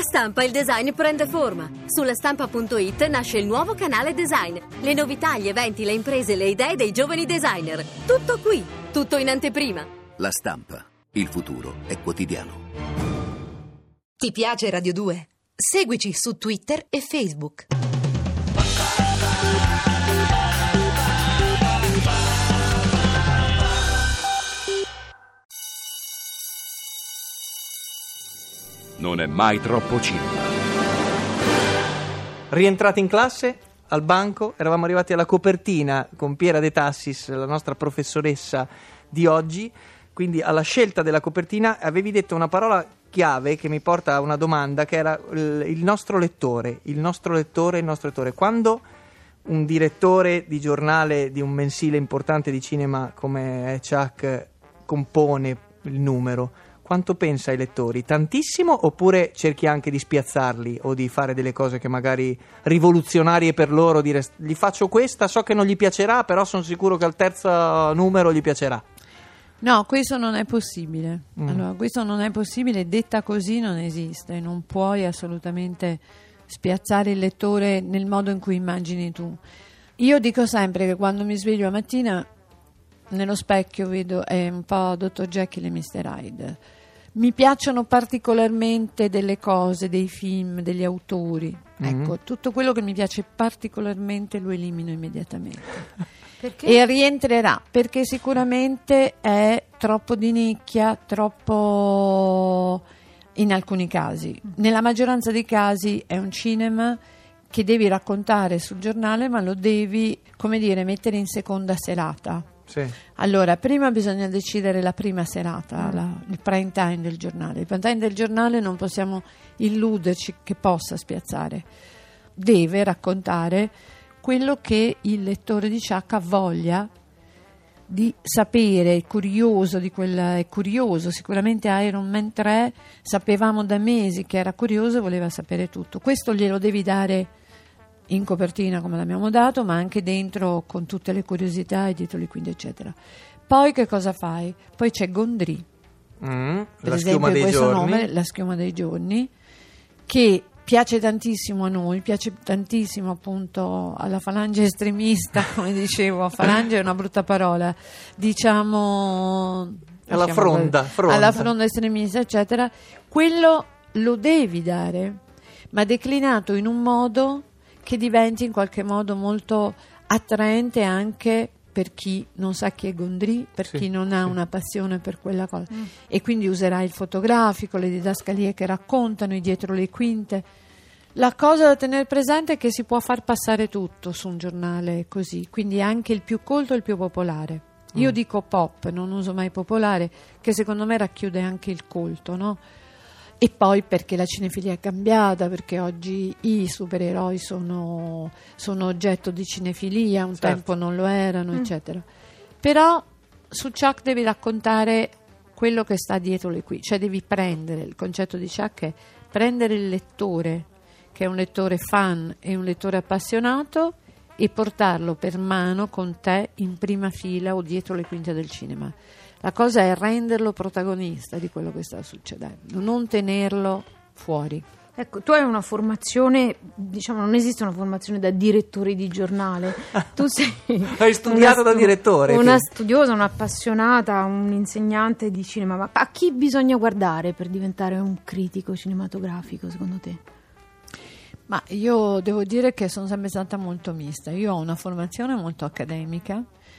Stampa il design prende forma. Sulla stampa.it nasce il nuovo canale design. Le novità, gli eventi, le imprese, le idee dei giovani designer. Tutto qui, tutto in anteprima. La Stampa. Il futuro è quotidiano. Ti piace Radio 2? Seguici su Twitter e Facebook. Non è mai troppo cinema. Rientrati in classe, al banco, eravamo arrivati alla copertina con Piera De Tassis, la nostra professoressa di oggi. Quindi alla scelta della copertina avevi detto una parola chiave che mi porta a una domanda, che era il nostro lettore. Quando un direttore di giornale di un mensile importante di cinema come Chuck compone il numero, quanto pensa ai lettori? Tantissimo, oppure cerchi anche di spiazzarli o di fare delle cose che magari rivoluzionarie per loro, dire gli faccio questa, so che non gli piacerà, però sono sicuro che al terzo numero gli piacerà? No, questo non è possibile. Allora, questo non è possibile, detta così non esiste, non puoi assolutamente spiazzare il lettore nel modo in cui immagini tu. Io dico sempre che quando mi sveglio la mattina nello specchio vedo è un po' Dr. Jekyll e Mr. Hyde. Mi piacciono particolarmente delle cose, dei film, degli autori. Ecco, tutto quello che mi piace particolarmente lo elimino immediatamente. Perché? E rientrerà, perché sicuramente è troppo di nicchia, troppo in alcuni casi. Nella maggioranza dei casi è un cinema che devi raccontare sul giornale, ma lo devi, come dire, mettere in seconda serata. Sì. Allora, prima bisogna decidere la prima serata, il prime time del giornale. Il prime time del giornale non possiamo illuderci che possa spiazzare. Deve raccontare quello che il lettore di Chuck ha voglia di sapere, è curioso di quella, è curioso. Sicuramente Iron Man 3 sapevamo da mesi che era curioso e voleva sapere tutto. Questo glielo devi dare in copertina come l'abbiamo dato, ma anche dentro con tutte le curiosità, i titoli quindi eccetera. Poi che cosa fai? Poi c'è Gondry, per la esempio schiuma dei questo giorni. nome, La schiuma dei giorni, che piace tantissimo a noi, piace tantissimo appunto alla falange estremista, come dicevo. Falange è una brutta parola, diciamo alla fronda alla fronda estremista eccetera. Quello lo devi dare, ma declinato in un modo che diventi in qualche modo molto attraente anche per chi non sa chi è Gondry, per chi non ha una passione per quella cosa. E quindi userai il fotografico, le didascalie che raccontano, i dietro le quinte. La cosa da tenere presente è che si può far passare tutto su un giornale così, quindi anche il più colto e il più popolare. Io dico pop, non uso mai popolare, che secondo me racchiude anche il colto, no? E poi perché la cinefilia è cambiata, perché oggi i supereroi sono oggetto di cinefilia, un tempo non lo erano, eccetera. Però su Chuck devi raccontare quello che sta dietro le qui, cioè devi prendere, il concetto di Chuck è prendere il lettore, che è un lettore fan e un lettore appassionato, e portarlo per mano con te in prima fila o dietro le quinte del cinema. La cosa è renderlo protagonista di quello che sta succedendo, non tenerlo fuori. Ecco, tu hai una formazione, diciamo, non esiste una formazione da direttore di giornale. Tu sei hai studiato da direttore. Una studiosa, un'appassionata, un insegnante di cinema. Ma a chi bisogna guardare per diventare un critico cinematografico, secondo te? Ma io devo dire che sono sempre stata molto mista. Io ho una formazione molto accademica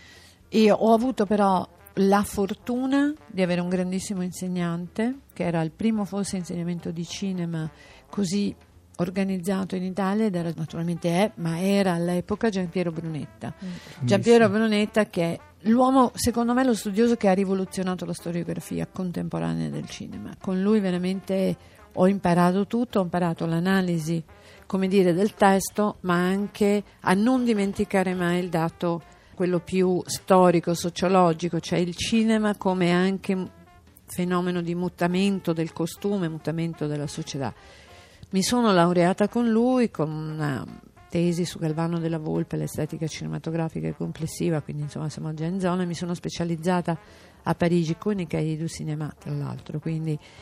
e ho avuto però la fortuna di avere un grandissimo insegnante, che era il primo forse insegnamento di cinema così organizzato in Italia, ed era naturalmente ma era all'epoca Giampiero Brunetta. Giampiero Brunetta, che è l'uomo, secondo me, lo studioso che ha rivoluzionato la storiografia contemporanea del cinema. Con lui veramente ho imparato tutto, ho imparato l'analisi, come dire, del testo, ma anche a non dimenticare mai il dato, quello più storico, sociologico, cioè il cinema come anche fenomeno di mutamento del costume, mutamento della società. Mi sono laureata con lui con una tesi su Galvano della Volpe, l'estetica cinematografica e complessiva, quindi insomma siamo già in zona. Mi sono specializzata a Parigi con i Cahiers du Cinéma, tra l'altro, quindi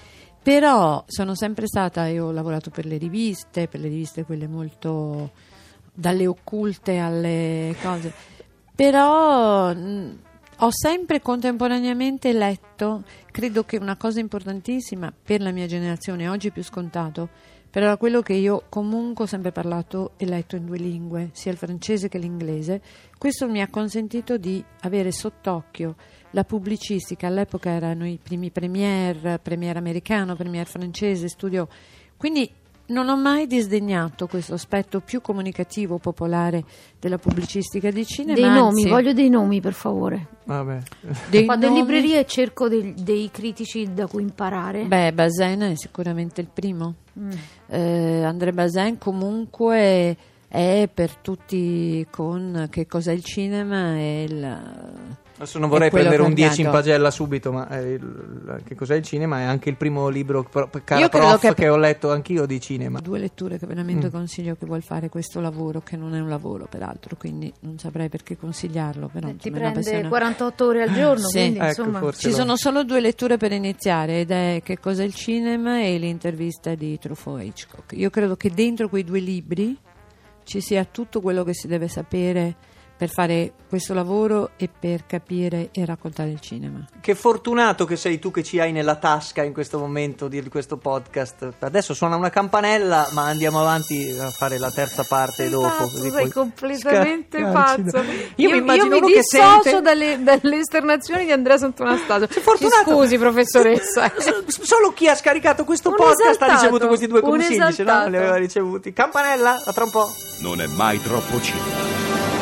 Però sono sempre stata, io ho lavorato per le riviste quelle molto, dalle occulte alle cose, però ho sempre contemporaneamente letto, credo che una cosa importantissima per la mia generazione, oggi più scontato, però era quello che io comunque ho sempre parlato e letto in 2 lingue, sia il francese che l'inglese. Questo mi ha consentito di avere sott'occhio la pubblicistica. All'epoca erano i primi Premiere americano, Premiere francese, studio, quindi non ho mai disdegnato questo aspetto più comunicativo, popolare della pubblicistica di cinema. Dei nomi, anzi, voglio dei nomi, per favore. Vabbè. Vado in nomi. libreria e cerco dei critici da cui imparare. Beh, Bazin è sicuramente il primo. André Bazin comunque è per tutti con Che cos'è il cinema e Adesso non vorrei è quello prendere un che ha 10 in dato. pagella subito, ma Che cos'è il cinema? È anche il primo libro, cara Io credo prof, che che ho letto anch'io di cinema. 2 letture che veramente consiglio che vuol fare questo lavoro, che non è un lavoro peraltro, quindi non saprei perché consigliarlo, però Ti insomma, è una prende passione. 48 ore al giorno, Sì. quindi Ecco, insomma. forse Ci sono solo 2 letture per iniziare, ed è Che cos'è il cinema e l'intervista di Truffaut a Hitchcock. Io credo che dentro quei 2 libri ci sia tutto quello che si deve sapere per fare questo lavoro e per capire e raccontare il cinema. Che fortunato che sei tu che ci hai nella tasca in questo momento di questo podcast. Adesso suona una campanella, ma andiamo avanti a fare la terza parte dopo. Pazzo, così sei poi completamente scaricino. pazzo. Io mi immagino uno che dissocio sente... dalle esternazioni di Andrea Santonastaso. Ci fortunato. scusi, professoressa. Solo chi ha scaricato questo Un podcast esaltato, ha ricevuto questi 2 un consigli, se no non esaltato. li aveva ricevuti. Campanella, a tra un po'. Non è mai troppo cinema.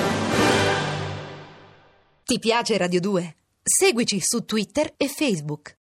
Ti piace Radio 2? Seguici su Twitter e Facebook.